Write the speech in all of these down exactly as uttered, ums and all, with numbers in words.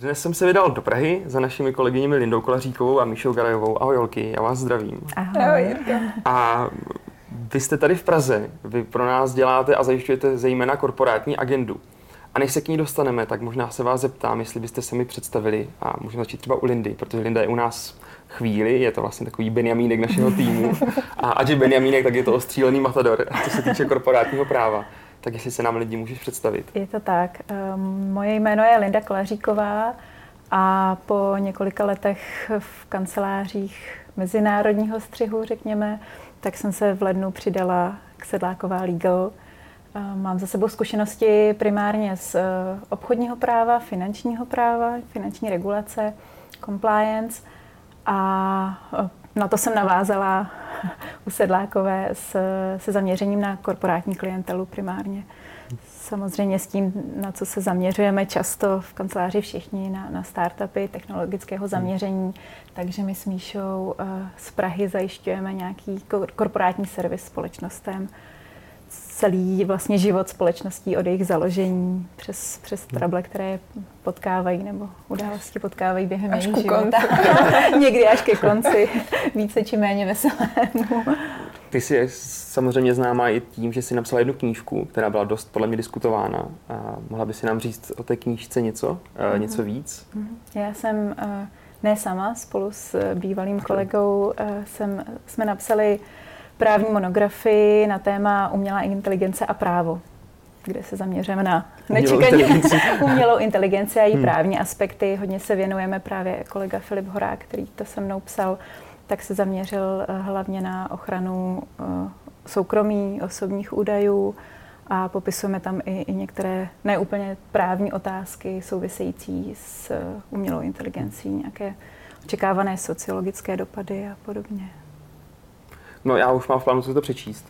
Dnes jsem se vydal do Prahy za našimi kolegyněmi Lindou Kolaříkovou a Míšou Garajovou. Ahoj holky, já vás zdravím. Ahoj. A vy jste tady v Praze, vy pro nás děláte a zajišťujete zejména korporátní agendu. A než se k ní dostaneme, tak možná se vás zeptám, jestli byste se mi představili a můžeme začít třeba u Lindy, protože Linda je u nás chvíli, je to vlastně takový Benjamínek našeho týmu. A ať je Benjamínek, tak je to ostřílený matador, co se týče korporátního práva. Tak jestli se nám lidi můžeš představit. Je to tak. Um, moje jméno je Linda Kolaříková a po několika letech v kancelářích mezinárodního střihu, řekněme, tak jsem se v lednu přidala k Sedláková Legal. Um, mám za sebou zkušenosti primárně z uh, obchodního práva, finančního práva, finanční regulace, compliance a uh, na to jsem navázala u Sedlákové s, se zaměřením na korporátní klientelu primárně. Samozřejmě s tím, na co se zaměřujeme často v kanceláři všichni, na, na startupy technologického zaměření. Takže my s Míšou uh, z Prahy zajišťujeme nějaký korporátní servis společnostem. Celý vlastně život společností od jejich založení přes, přes trable, které potkávají nebo události potkávají během až jejich života. Někdy až ke konci, více či méně veselému. Ty jsi samozřejmě známá i tím, že jsi napsala jednu knížku, která byla dost podle mě diskutována. A mohla by si nám říct o té knížce něco, mm-hmm. něco víc? Já jsem ne sama, spolu s bývalým kolegou jsem, jsme napsali právní monografii na téma umělá inteligence a právo, kde se zaměřujeme na nečekaně umělou inteligenci a její hmm. právní aspekty. Hodně se věnujeme právě kolega Filip Horák, který to se mnou psal, tak se zaměřil hlavně na ochranu soukromí, osobních údajů a popisujeme tam i, i některé neúplně právní otázky související s umělou inteligencí, nějaké očekávané sociologické dopady a podobně. No já už mám v plánu si to přečíst.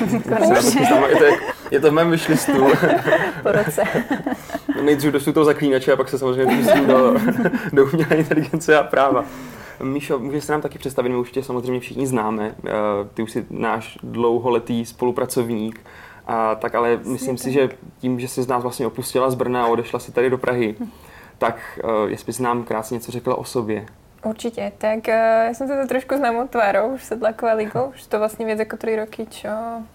je, to, je to v mém wishlistu. Po roce. Nejdřív došlu toho zaklínače a pak se samozřejmě pustím do, do umělé inteligence a práva. Míšo, můžeš se nám taky představit, my už tě samozřejmě všichni známe. Ty už jsi náš dlouholetý spolupracovník. A, tak ale myslím si, že tím, že jsi z nás vlastně opustila z Brna a odešla si tady do Prahy, tak jestli bys nám krásně něco řekla o sobě. Určite. Tak uh, ja som teda trošku známou tvárou už Sedláková Legal. Už to vlastne viac ako tri roky, čo,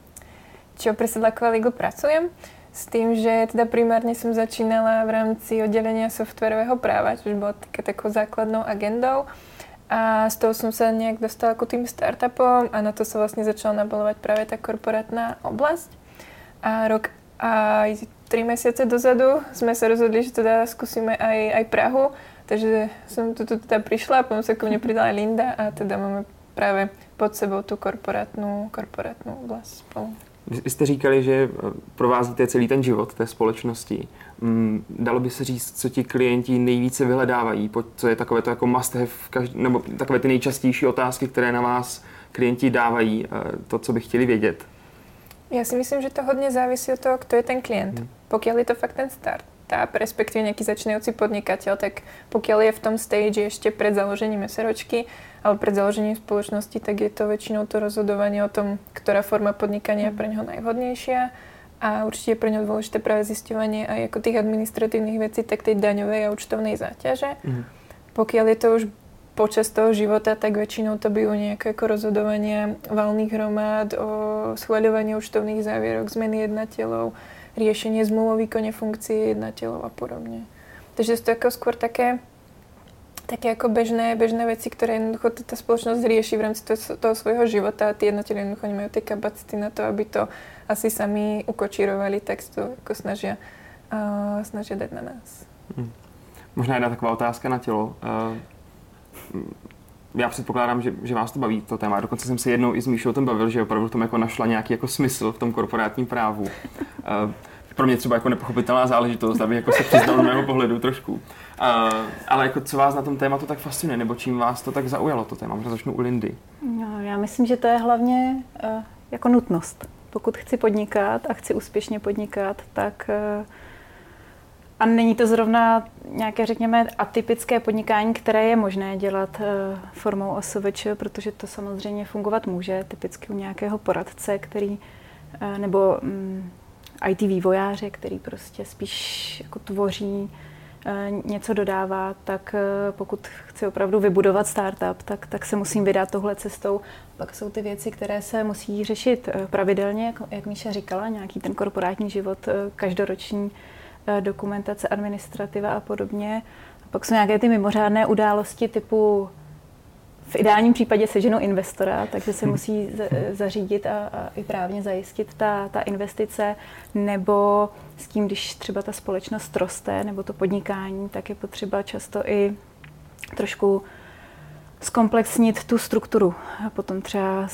čo pre Sedláková Legal pracujem. S tým, že teda primárne som začínala v rámci oddelenia softwarového práva, čo bola taká takou základnou agendou. A z toho som sa nejak dostala ku tým startupom a na to sa vlastne začala nabalovať práve tá korporátna oblasť. A rok a tri mesiace dozadu sme sa rozhodli, že teda skúsime aj, aj Prahu. Takže som tu teda prišla a potom sa ku mne pridala Linda a teda máme práve pod sebou tu korporátnu, korporátnu oblast spolu. Vy jste říkali, že provázíte celý ten život té společnosti. Dalo by se říct, co ti klienti nejvíce vyhledávají, co je takové to jako must have, nebo takové ty nejčastější otázky, které na vás klienti dávají, to, co by chtěli vědět? Ja si myslím, že to hodne závisí od toho, kto je ten klient. Hmm. Pokiaľ je to fakt ten start. Tá, respektíve nejaký začínajúci podnikateľ, tak pokiaľ je v tom stage ešte pred založením SROčky alebo pred založením spoločnosti, tak je to väčšinou to rozhodovanie o tom, ktorá forma podnikania je pre neho najvhodnejšia a určite je pre neho dôležité práve zisťovanie aj ako tých administratívnych vecí, tak tej daňovej a účtovnej záťaže. Mm. Pokiaľ je to už počas toho života, tak väčšinou to bývajú nejaké ako rozhodovania valných hromád, o schvaľovanie účtovných závierok, zmeny jednateľov, riešenie zmluv o výkone funkcie jednateľov a podobne. Takže to ako skôr také, také ako bežné, bežné veci, ktoré jednoducho tá spoločnosť rieši v rámci toho, toho svojho života a tí jednatelia jednoducho nemajú tie kapacity na to, aby to asi sami ukočírovali, tak to ako snažia, uh, snažia dať na nás. Hmm. Možná jedna taková otázka na tělo. Uh, já předpokládám, že, že vás to baví, to téma. Dokonce jsem se jednou i s Míšou o tom bavil, že opravdu v tom jako našla nějaký jako smysl v tom korporátním právu. Uh, pro mě třeba jako nepochopitelná záležitost, abych jako se přiznal do mého pohledu trošku. Uh, ale jako co vás na tom tématu tak fascinuje, nebo čím vás to tak zaujalo, to téma? Možná začnu u Lindy. No, já myslím, že to je hlavně uh, jako nutnost. Pokud chci podnikat a chci úspěšně podnikat, tak uh, a není to zrovna nějaké, řekněme, atypické podnikání, které je možné dělat uh, formou O S V Č, protože to samozřejmě fungovat může, typicky u nějakého poradce, který, uh, nebo um, í té vývojáře, který prostě spíš jako tvoří něco dodává, tak pokud chci opravdu vybudovat startup, tak, tak se musím vydat tohle cestou. Pak jsou ty věci, které se musí řešit pravidelně, jak, jak Míša říkala, nějaký ten korporátní život, každoroční dokumentace, administrativa a podobně. A pak jsou nějaké ty mimořádné události typu v ideálním případě seženou investora, takže se musí zařídit a, a i právně zajistit ta, ta investice, nebo s tím, když třeba ta společnost roste, nebo to podnikání, tak je potřeba často i trošku zkomplexnit tu strukturu. A potom třeba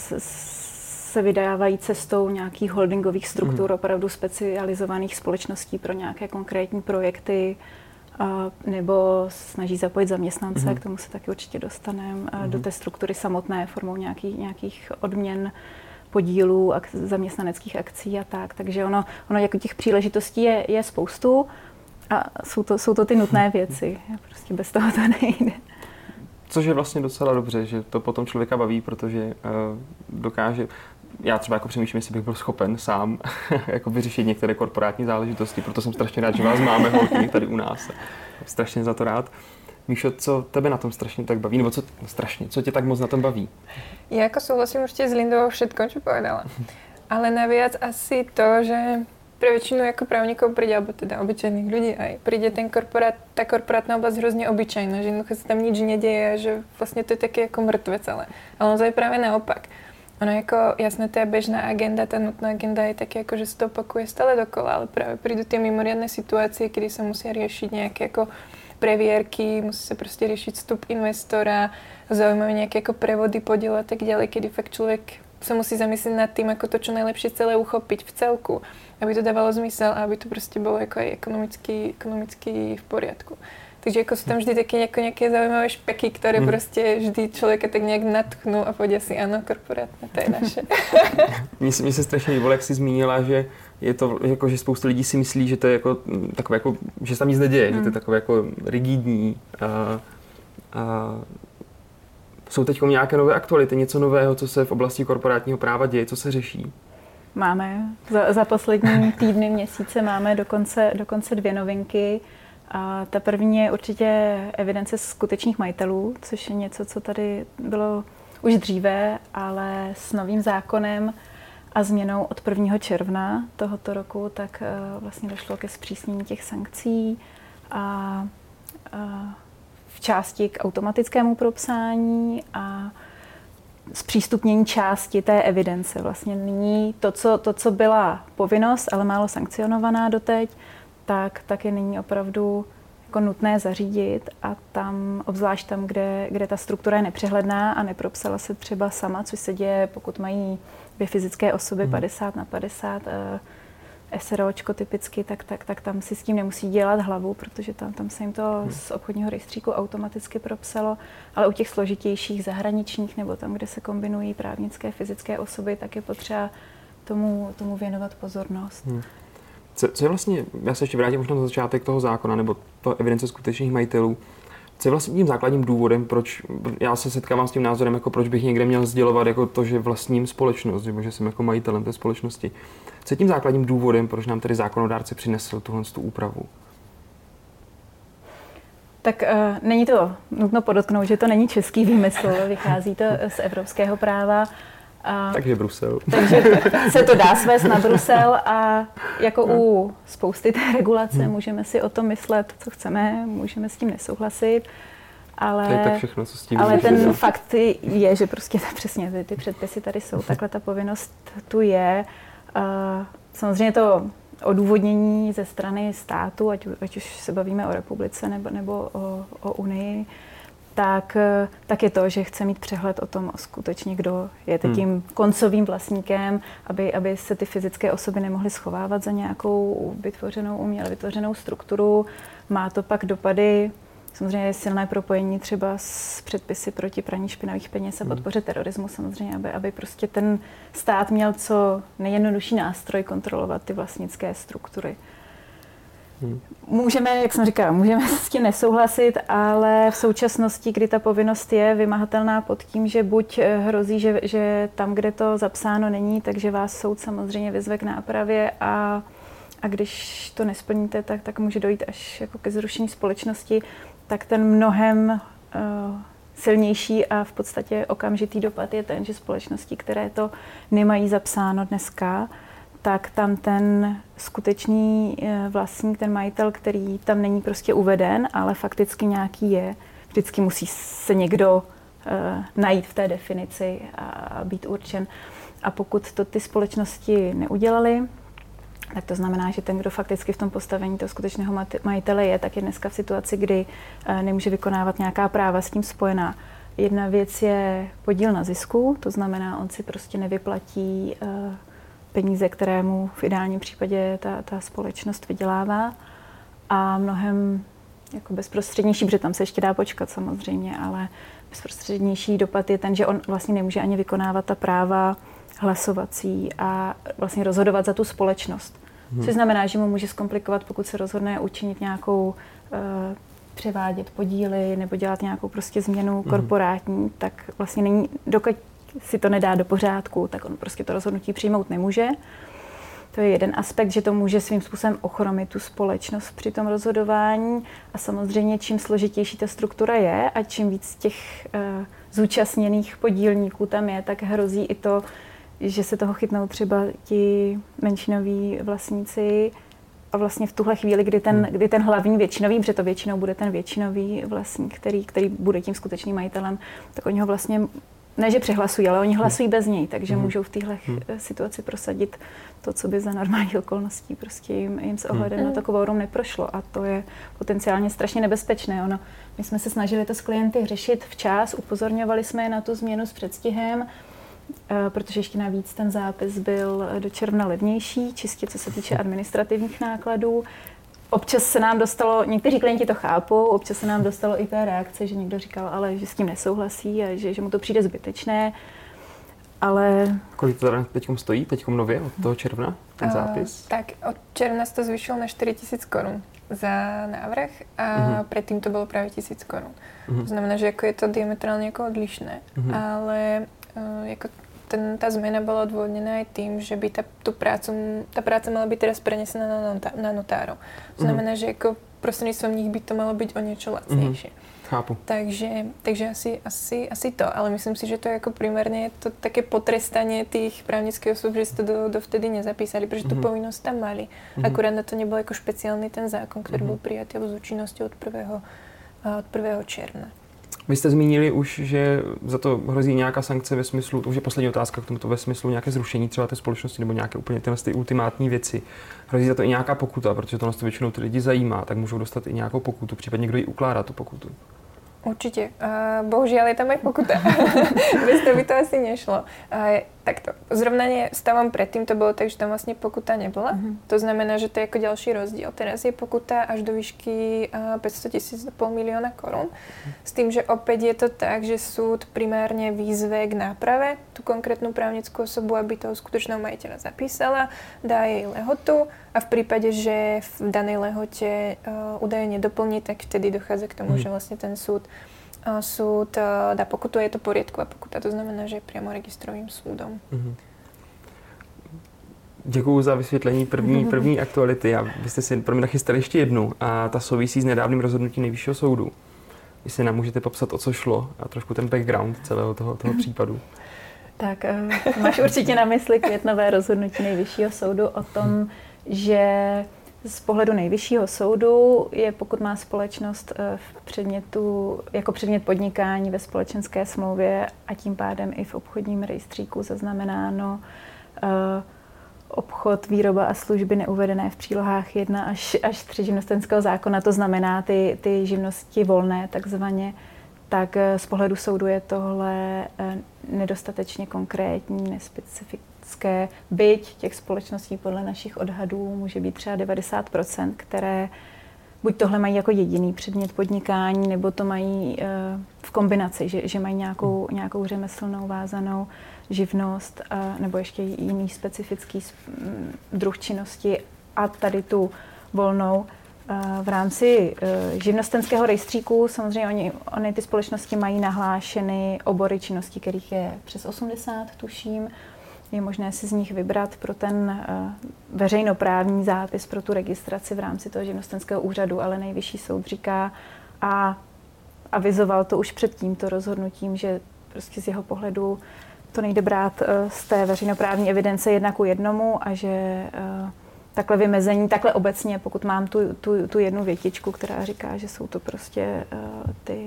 se vydávají cestou nějakých holdingových struktur, mm. opravdu specializovaných společností pro nějaké konkrétní projekty, a nebo snaží zapojit zaměstnance, mm. k tomu se taky určitě dostaneme, mm. do té struktury samotné formou nějakých, nějakých odměn, podílů, ak, zaměstnaneckých akcí a tak. Takže ono, ono jako těch příležitostí je, je spoustu a jsou to, jsou to ty nutné věci. Prostě bez toho to nejde. Což je vlastně docela dobře, že to potom člověka baví, protože uh, dokáže, já třeba jako přemýšlím, jestli bych byl schopen sám jako vyřešit některé korporátní záležitosti, proto jsem strašně rád, že vás máme holky tady u nás. Strašně za to rád. Míšo, co tebe na tom strašně tak baví, nebo co no strašně, co tě tak moc na tom baví? Ja ako súhlasím určite s Lindou všetkom, čo povedala. Ale naviac asi to, že pre väčšinu ako právnikov príde, alebo teda obyčajných ľudí aj, príde ten korporát, tá korporátna oblasť hrozne obyčajná, že jednoducho sa tam nič nedeje, že vlastne to je také ako mŕtve celé. Ale ono to je práve naopak. Ono ako, jasné, tá bežná agenda, tá nutná agenda je také ako, že sa to opakuje stále dokola, ale práve prídu tie mimoriadne situácie, kedy sa musia riešiť nejaké ako previerky, musí sa proste riešiť vstup investora, zaujímavé nejaké ako prevody, podiel a tak ďalej, kedy fakt človek sa musí zamyslieť nad tým, ako to čo najlepšie celé uchopiť v celku, aby to dávalo zmysel a aby to proste bolo ako aj ekonomicky, ekonomicky v poriadku. Takže ako sú tam vždy také nejako nejaké zaujímavé špeky, ktoré mm. proste vždy človeka tak nejak natchnú a povedia si, áno, korporátne, to je naše. Mně se strašně líbilo, jak jsi zmínila, že je to, jako, že spousta lidí si myslí, že to je jako takové, jako, že se tam nic neděje, mm. že to je takové jako rigidní. A, a jsou teď nějaké nové aktuality, něco nového, co se v oblasti korporátního práva děje, co se řeší? Máme. Za, za poslední týdny, měsíce máme dokonce, dokonce dvě novinky. A ta první je určitě evidence skutečných majitelů, což je něco, co tady bylo už dříve, ale s novým zákonem a změnou od prvního června tohoto roku, tak vlastně došlo ke zpřísnění těch sankcí a, a v části k automatickému propsání a zpřístupnění části té evidence. Vlastně nyní to, co, to, co byla povinnost, ale málo sankcionovaná doteď, tak, tak je nyní opravdu jako nutné zařídit a tam, obzvlášť tam, kde, kde ta struktura je nepřehledná a nepropsala se třeba sama, což se děje, pokud mají dvě fyzické osoby, hmm. padesát na padesát, SROčko typicky, tak, tak, tak tam si s tím nemusí dělat hlavu, protože tam, tam se jim to hmm. z obchodního rejstříku automaticky propsalo, ale u těch složitějších zahraničních nebo tam, kde se kombinují právnické, fyzické osoby, tak je potřeba tomu, tomu věnovat pozornost. Hmm. Co, co je vlastně, já se ještě vrátím možná na začátek toho zákona, nebo to evidence skutečných majitelů, co je vlastně tím základním důvodem, proč, já se setkávám s tím názorem, jako proč bych někde měl sdělovat jako to, že vlastním společnost, že jsem jako majitelem té společnosti. Co je tím základním důvodem, proč nám tedy zákonodárce přinesl tuhle tu úpravu? Tak uh, není to nutno podotknout, že to není český výmysl, vychází to z evropského práva. A, takže Brusel. Takže se to dá svést na Brusel a jako no. u spousty té regulace hmm. můžeme si o tom myslet, co chceme, můžeme s tím nesouhlasit, ale, to je tak všechno, co s tím ale ten dělat. Fakt je, že prostě přesně ty, ty předpisy tady jsou, takhle ta povinnost tu je. Uh, samozřejmě to odůvodnění ze strany státu, ať, ať už se bavíme o republice nebo, nebo o, o Unii, tak, tak je to, že chce mít přehled o tom skutečně, kdo je tím hmm. koncovým vlastníkem, aby, aby se ty fyzické osoby nemohly schovávat za nějakou vytvořenou, uměle vytvořenou strukturu. Má to pak dopady, samozřejmě je silné propojení třeba s předpisy proti praní špinavých peněz a podpoře terorismu samozřejmě, aby, aby prostě ten stát měl co nejjednodušší nástroj kontrolovat ty vlastnické struktury. Můžeme, jak jsem říkala, můžeme s tím nesouhlasit, ale v současnosti, kdy ta povinnost je vymahatelná pod tím, že buď hrozí, že, že tam, kde to zapsáno není, takže vás soud samozřejmě vyzve k nápravě a, a když to nesplníte, tak, tak může dojít až jako ke zrušení společnosti, tak ten mnohem uh, silnější a v podstatě okamžitý dopad je ten, že společnosti, které to nemají zapsáno dneska, tak tam ten skutečný vlastník, ten majitel, který tam není prostě uveden, ale fakticky nějaký je, vždycky musí se někdo uh, najít v té definici a být určen. A pokud to ty společnosti neudělaly, tak to znamená, že ten, kdo fakticky v tom postavení toho skutečného majitele je, tak je dneska v situaci, kdy uh, nemůže vykonávat nějaká práva s tím spojená. Jedna věc je podíl na zisku, to znamená, on si prostě nevyplatí uh, peníze, které mu v ideálním případě ta, ta společnost vydělává. A mnohem jako bezprostřednější, protože tam se ještě dá počkat samozřejmě, ale bezprostřednější dopad je ten, že on vlastně nemůže ani vykonávat ta práva hlasovací a vlastně rozhodovat za tu společnost. Hmm. Což znamená, že mu může zkomplikovat, pokud se rozhodne učinit nějakou, uh, převádět podíly nebo dělat nějakou prostě změnu hmm. korporátní, tak vlastně není, dokud si to nedá do pořádku, tak on prostě to rozhodnutí přijmout nemůže. To je jeden aspekt, že to může svým způsobem ochromit tu společnost při tom rozhodování a samozřejmě čím složitější ta struktura je a čím víc těch uh, zúčastněných podílníků tam je, tak hrozí i to, že se toho chytnou třeba ti menšinoví vlastníci a vlastně v tuhle chvíli, kdy ten, kdy ten hlavní většinový, protože to většinou bude ten většinový vlastník, který, který bude tím skutečným majitelem, tak oni ho vlastně ne, že přehlasují, ale oni hlasují bez něj, takže hmm. můžou v téhle hmm. situaci prosadit to, co by za normální okolností prostě jim, jim s ohledem hmm. na to kvorum neprošlo a to je potenciálně strašně nebezpečné. Ono, my jsme se snažili to s klienty řešit včas, upozorňovali jsme je na tu změnu s předstihem, protože ještě navíc ten zápis byl do června levnější, čistě co se týče administrativních nákladů. Občas se nám dostalo, někteří klienti to chápou, občas se nám dostalo i té reakce, že někdo říkal, ale že s tím nesouhlasí a že, že mu to přijde zbytečné, ale... Kolik to teda teďkom stojí, teďkom nově od toho června, ten zápis? Uh, tak od června se to zvýšilo na štyri tisíc korun za návrh a uh-huh. predtým to bylo právě tisíc korun. Uh-huh. To znamená, že jako je to diametrálně jako odlišné, uh-huh. ale uh, jako ten, tá zmena bola odvodnená aj tým, že by tá, tú prácu, tá práca mala byť teraz prenesená na, notá, na notárov. To znamená, mm-hmm. že ako prostredníctvom nich by to malo byť o niečo lacnejšie. Mm-hmm. Chápu. Takže, takže asi, asi, asi to, ale myslím si, že to je ako primárne to také potrestanie tých právnických osôb, že si to do, dovtedy nezapísali, pretože mm-hmm. tú povinnosť tam mali. Mm-hmm. Akurát na to nebol ako špeciálny ten zákon, ktorý mm-hmm. bol prijatý s účinností od prvého, od prvého června. Vy jste zmínili už, že za to hrozí nějaká sankce ve smyslu, to už je poslední otázka k tomuto, ve smyslu nějaké zrušení třeba té společnosti nebo nějaké úplně tyhle ty ultimátní věci. Hrozí za to i nějaká pokuta, protože to nás to většinou ty lidi zajímá, tak můžou dostat i nějakou pokutu, případně někdo ji ukládá tu pokutu. Určite. Uh, bohužiaľ je tam aj pokuta. Bez toho by to asi nešlo. Uh, takto. Zrovnanie s stavom predtým to bolo tak, že tam vlastne pokuta nebola. Uh-huh. To znamená, že to je ako ďalší rozdiel. Teraz je pokuta až do výšky uh, päťsto tisíc do pol milióna korún. Uh-huh. S tým, že opäť je to tak, že súd primárne výzve k náprave tú konkrétnu právnickú osobu, aby toho skutočného majiteľa zapísala, dá jej lehotu a v prípade, že v danej lehote uh, údaje nedoplní, tak vtedy dochádza k tomu, uh-huh. že vlastne ten súd súd dá pokutu a je to poriadková pokuta. To znamená, že je priamo registrovým súdom. Mm-hmm. Děkuju za vysvětlení první, první aktuality. A vy jste si pro mě nachystali ještě jednu a ta souvisí s nedávným rozhodnutím Nejvyššího soudu. Jestli nám můžete popsat, o co šlo a trošku ten background celého toho, toho případu. Tak máš určitě na mysli květnové rozhodnutí Nejvyššího soudu o tom, že z pohledu Nejvyššího soudu je, pokud má společnost v předmětu, jako předmět podnikání ve společenské smlouvě a tím pádem i v obchodním rejstříku zaznamenáno uh, obchod, výroba a služby neuvedené v přílohách jedna až, až tři živnostenského zákona, to znamená ty, ty živnosti volné takzvaně, tak z pohledu soudu je tohle nedostatečně konkrétní, nespecifické. Byť těch společností podle našich odhadů může být třeba devadesát procent, které buď tohle mají jako jediný předmět podnikání, nebo to mají v kombinaci, že, že mají nějakou, nějakou řemeslnou vázanou živnost, nebo ještě jiný specifický druh činnosti a tady tu volnou. V rámci živnostenského rejstříku samozřejmě oni, oni ty společnosti mají nahlášeny obory činnosti, kterých je přes osmdesát, tuším. je možné si z nich vybrat pro ten veřejnoprávní zápis, pro tu registraci v rámci toho živnostenského úřadu, ale Nejvyšší soud říká a avizoval to už před tímto rozhodnutím, že prostě z jeho pohledu to nejde brát z té veřejnoprávní evidence jedna ku jednomu a že takhle vymezení, takhle obecně, pokud mám tu, tu, tu jednu větičku, která říká, že jsou to prostě ty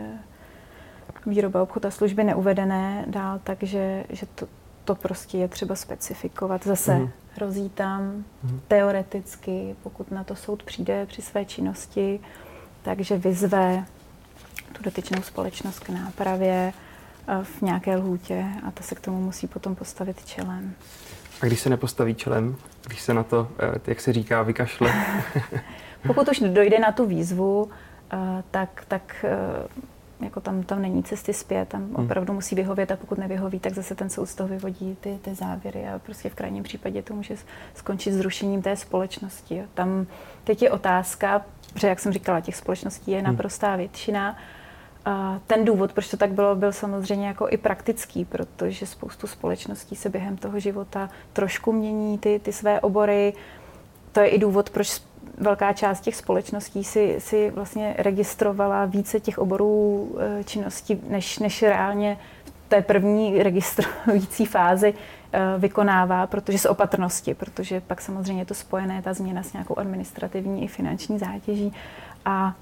výroba, obchod a služby neuvedené dál, takže že to, to prostě je třeba specifikovat. Zase mm. hrozí tam mm. teoreticky, pokud na to soud přijde při své činnosti, takže vyzve tu dotyčnou společnost k nápravě v nějaké lhůtě a ta se k tomu musí potom postavit čelem. A když se nepostaví čelem, když se na to, jak se říká, vykašle? Pokud už dojde na tu výzvu, tak, tak jako tam, tam není cesty zpět, tam opravdu musí vyhovět a pokud nevyhoví, tak zase ten soud z toho vyvodí ty, ty závěry a prostě v krajním případě to může skončit zrušením té společnosti. Tam teď je otázka, protože jak jsem říkala, těch společností je naprostá většina. A ten důvod, proč to tak bylo, byl samozřejmě jako i praktický, protože spoustu společností se během toho života trošku mění ty, ty své obory. To je i důvod, proč velká část těch společností si, si vlastně registrovala více těch oborů činnosti, než, než reálně v té první registrující fázi vykonává, protože z opatrnosti, protože pak samozřejmě je to spojené, ta změna s nějakou administrativní i finanční zátěží. A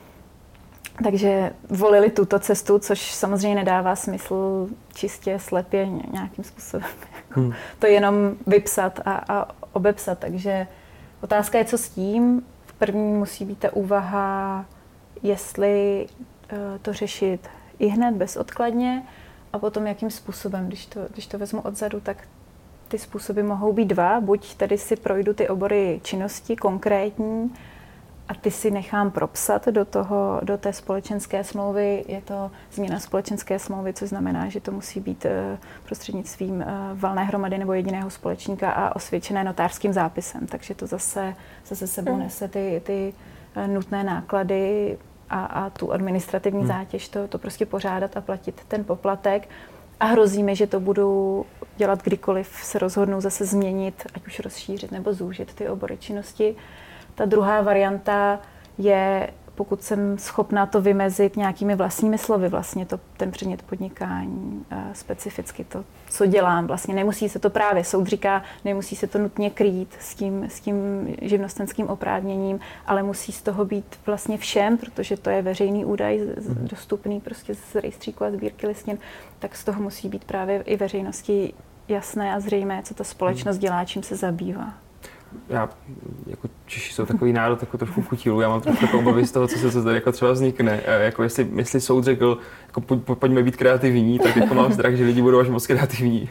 takže volili tuto cestu, což samozřejmě nedává smysl čistě slepě nějakým způsobem. Hmm. To jenom vypsat a, a obepsat. Takže otázka je, co s tím. První musí být ta úvaha, jestli uh, to řešit i hned bezodkladně a potom jakým způsobem. Když to, když to vezmu odzadu, tak ty způsoby mohou být dva. Buď tady si projdu ty obory činnosti konkrétní, a ty si nechám propsat do toho, do té společenské smlouvy. Je to změna společenské smlouvy, což znamená, že to musí být prostřednictvím valné hromady nebo jediného společníka a osvědčené notářským zápisem. Takže to zase, zase sebou nese ty, ty nutné náklady a, a tu administrativní hmm. zátěž, to, to prostě pořádat a platit ten poplatek. A hrozí mi, že to budu dělat kdykoliv se rozhodnu zase změnit, ať už rozšířit nebo zúžit ty obory činnosti. Ta druhá varianta je, pokud jsem schopná to vymezit nějakými vlastními slovy, vlastně to, ten předmět podnikání, specificky to, co dělám. Vlastně nemusí se to právě, soud říká, nemusí se to nutně krýt s tím, s tím živnostenským oprávněním, ale musí z toho být vlastně všem, protože to je veřejný údaj dostupný prostě z rejstříku a sbírky listin, tak z toho musí být právě i veřejnosti jasné a zřejmé, co ta společnost dělá, čím se zabývá. Já, jako Češi jsou takový národ jako trošku kutilů, já mám trošku jako obavy z toho, co se tady jako třeba vznikne. Jako jestli, jestli soud řekl, jako poj, pojďme být kreativní, tak jako mám strach, že lidi budou až moc kreativní.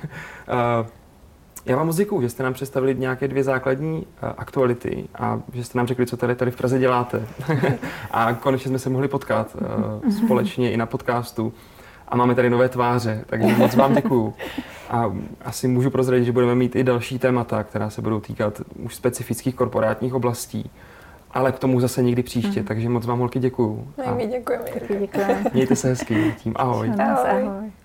Já vám moc děkuju, že jste nám představili nějaké dvě základní aktuality a že jste nám řekli, co tady, tady v Praze děláte. A konečně jsme se mohli potkat společně i na podcastu. A máme tady nové tváře, takže moc vám děkuju. A asi můžu prozradit, že budeme mít i další témata, která se budou týkat už specifických korporátních oblastí, ale k tomu zase někdy příště, mm. takže moc vám holky děkuju. No, my děkujeme. Děkujeme. Mějte se hezky, tím ahoj. Ahoj. Ahoj.